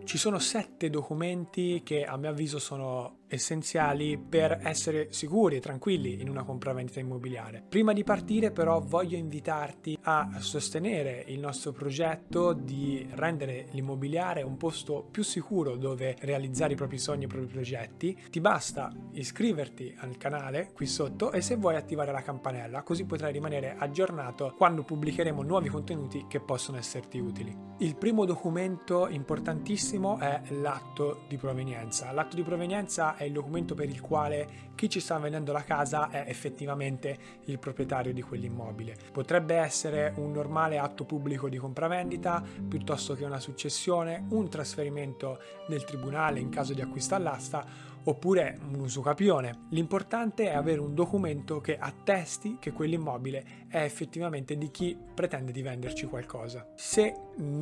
Ci sono 7 documenti che a mio avviso sono essenziali per essere sicuri e tranquilli in una compravendita immobiliare. Prima di partire però voglio invitarti a sostenere il nostro progetto di rendere l'immobiliare un posto più sicuro dove realizzare i propri sogni e i propri progetti. Ti basta iscriverti al canale qui sotto e se vuoi attivare la campanella, così potrai rimanere aggiornato quando pubblicheremo nuovi contenuti che possono esserti utili. Il primo documento importantissimo è l'atto di provenienza. L'atto di provenienza è il documento per il quale chi ci sta vendendo la casa è effettivamente il proprietario di quell'immobile. Potrebbe essere un normale atto pubblico di compravendita, piuttosto che una successione, un trasferimento del tribunale in caso di acquisto all'asta, oppure un usucapione. L'importante è avere un documento che attesti che quell'immobile è effettivamente di chi pretende di venderci qualcosa. Se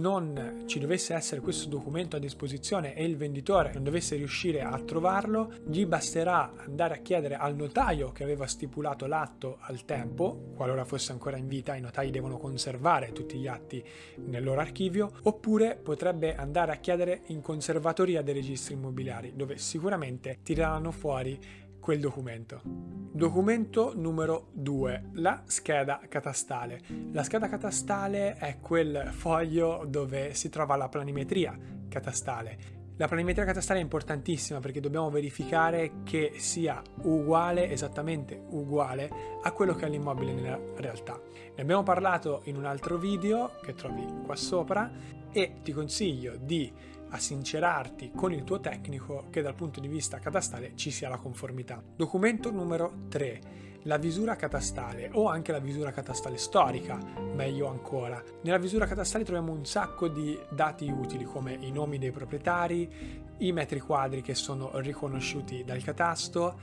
non ci dovesse essere questo documento a disposizione e il venditore non dovesse riuscire a trovarlo, gli basterà andare a chiedere al notaio che aveva stipulato l'atto al tempo, qualora fosse ancora in vita. I notai devono conservare tutti gli atti nel loro archivio, oppure potrebbe andare a chiedere in conservatoria dei registri immobiliari, dove sicuramente tireranno fuori quel documento. Documento numero 2, la scheda catastale. La scheda catastale è quel foglio dove si trova la planimetria catastale. La planimetria catastale è importantissima perché dobbiamo verificare che sia uguale, esattamente uguale, a quello che è l'immobile nella realtà. Ne abbiamo parlato in un altro video che trovi qua sopra e ti consiglio di sincerarti con il tuo tecnico che dal punto di vista catastale ci sia la conformità. Documento numero 3, la visura catastale o anche la visura catastale storica, meglio ancora. Nella visura catastale troviamo un sacco di dati utili come i nomi dei proprietari, i metri quadri che sono riconosciuti dal catasto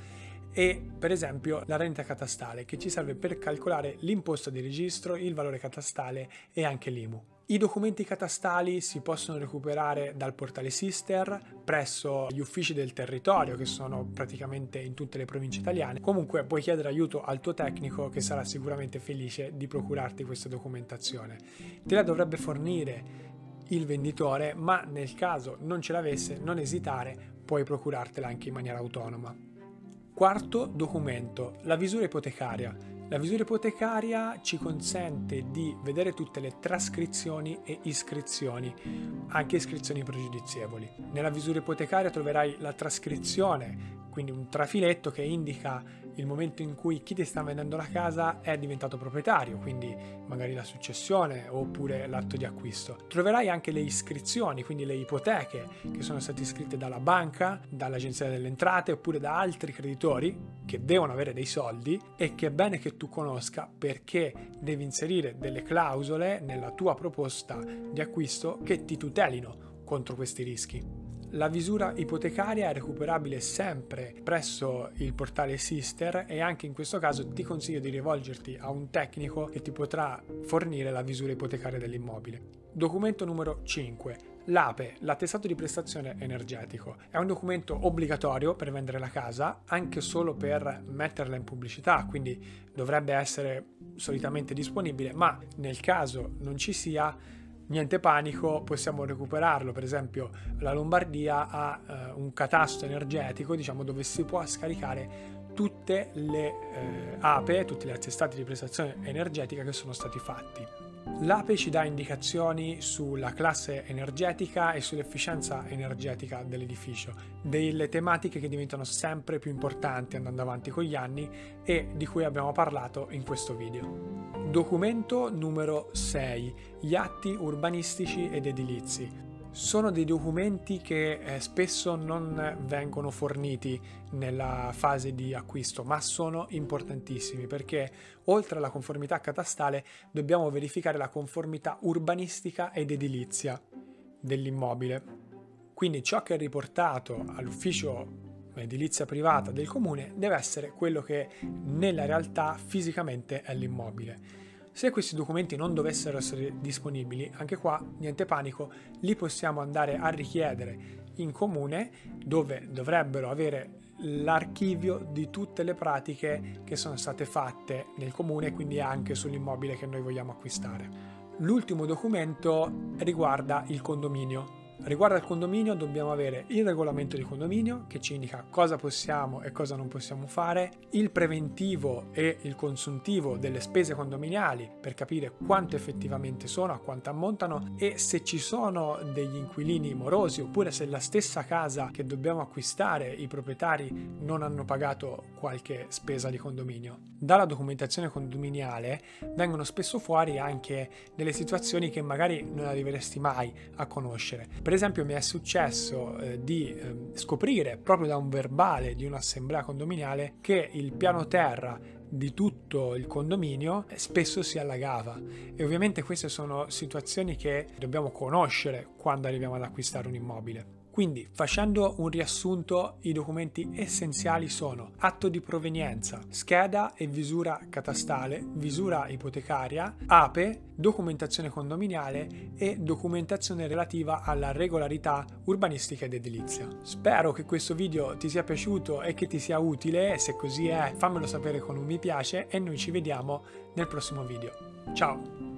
e per esempio la rendita catastale che ci serve per calcolare l'imposta di registro, il valore catastale e anche l'IMU. I documenti catastali si possono recuperare dal portale Sister presso gli uffici del territorio che sono praticamente in tutte le province italiane. Comunque puoi chiedere aiuto al tuo tecnico che sarà sicuramente felice di procurarti questa documentazione. Te la dovrebbe fornire il venditore, ma nel caso non ce l'avesse, non esitare, puoi procurartela anche in maniera autonoma. Quarto documento, la visura ipotecaria. La visura ipotecaria ci consente di vedere tutte le trascrizioni e iscrizioni, anche iscrizioni pregiudizievoli. Nella visura ipotecaria troverai la trascrizione, quindi un trafiletto che indica il momento in cui chi ti sta vendendo la casa è diventato proprietario, quindi magari la successione oppure l'atto di acquisto. Troverai anche le iscrizioni, quindi le ipoteche che sono state iscritte dalla banca, dall'agenzia delle entrate oppure da altri creditori che devono avere dei soldi e che è bene che tu conosca perché devi inserire delle clausole nella tua proposta di acquisto che ti tutelino contro questi rischi. La visura ipotecaria è recuperabile sempre presso il portale Sister e anche in questo caso ti consiglio di rivolgerti a un tecnico che ti potrà fornire la visura ipotecaria dell'immobile. Documento numero 5. L'APE, l'attestato di prestazione energetico. È un documento obbligatorio per vendere la casa, anche solo per metterla in pubblicità, quindi dovrebbe essere solitamente disponibile, ma nel caso non ci sia, niente panico, possiamo recuperarlo. Per esempio la Lombardia ha un catasto energetico, diciamo, dove si può scaricare tutte le APE, tutti gli attestati di prestazione energetica che sono stati fatti. L'APE ci dà indicazioni sulla classe energetica e sull'efficienza energetica dell'edificio, delle tematiche che diventano sempre più importanti andando avanti con gli anni e di cui abbiamo parlato in questo video. Documento numero 6. Gli atti urbanistici ed edilizi. Sono dei documenti che spesso non vengono forniti nella fase di acquisto, ma sono importantissimi perché oltre alla conformità catastale dobbiamo verificare la conformità urbanistica ed edilizia dell'immobile. Quindi ciò che è riportato all'ufficio edilizia privata del comune deve essere quello che nella realtà fisicamente è l'immobile. Se questi documenti non dovessero essere disponibili, anche qua niente panico, li possiamo andare a richiedere in comune, dove dovrebbero avere l'archivio di tutte le pratiche che sono state fatte nel comune, quindi anche sull'immobile che noi vogliamo acquistare. L'ultimo documento riguarda il condominio. riguardo al condominio dobbiamo avere il regolamento di condominio che ci indica cosa possiamo e cosa non possiamo fare, il preventivo e il consuntivo delle spese condominiali per capire quanto effettivamente sono, a quanto ammontano e se ci sono degli inquilini morosi oppure se la stessa casa che dobbiamo acquistare i proprietari non hanno pagato qualche spesa di condominio. Dalla documentazione condominiale vengono spesso fuori anche delle situazioni che magari non arriveresti mai a conoscere. Per esempio mi è successo di scoprire proprio da un verbale di un'assemblea condominiale che il piano terra di tutto il condominio spesso si allagava e ovviamente queste sono situazioni che dobbiamo conoscere quando arriviamo ad acquistare un immobile. Quindi, facendo un riassunto, i documenti essenziali sono atto di provenienza, scheda e visura catastale, visura ipotecaria, APE, documentazione condominiale e documentazione relativa alla regolarità urbanistica ed edilizia. Spero che questo video ti sia piaciuto e che ti sia utile, e se così è fammelo sapere con un mi piace e noi ci vediamo nel prossimo video. Ciao!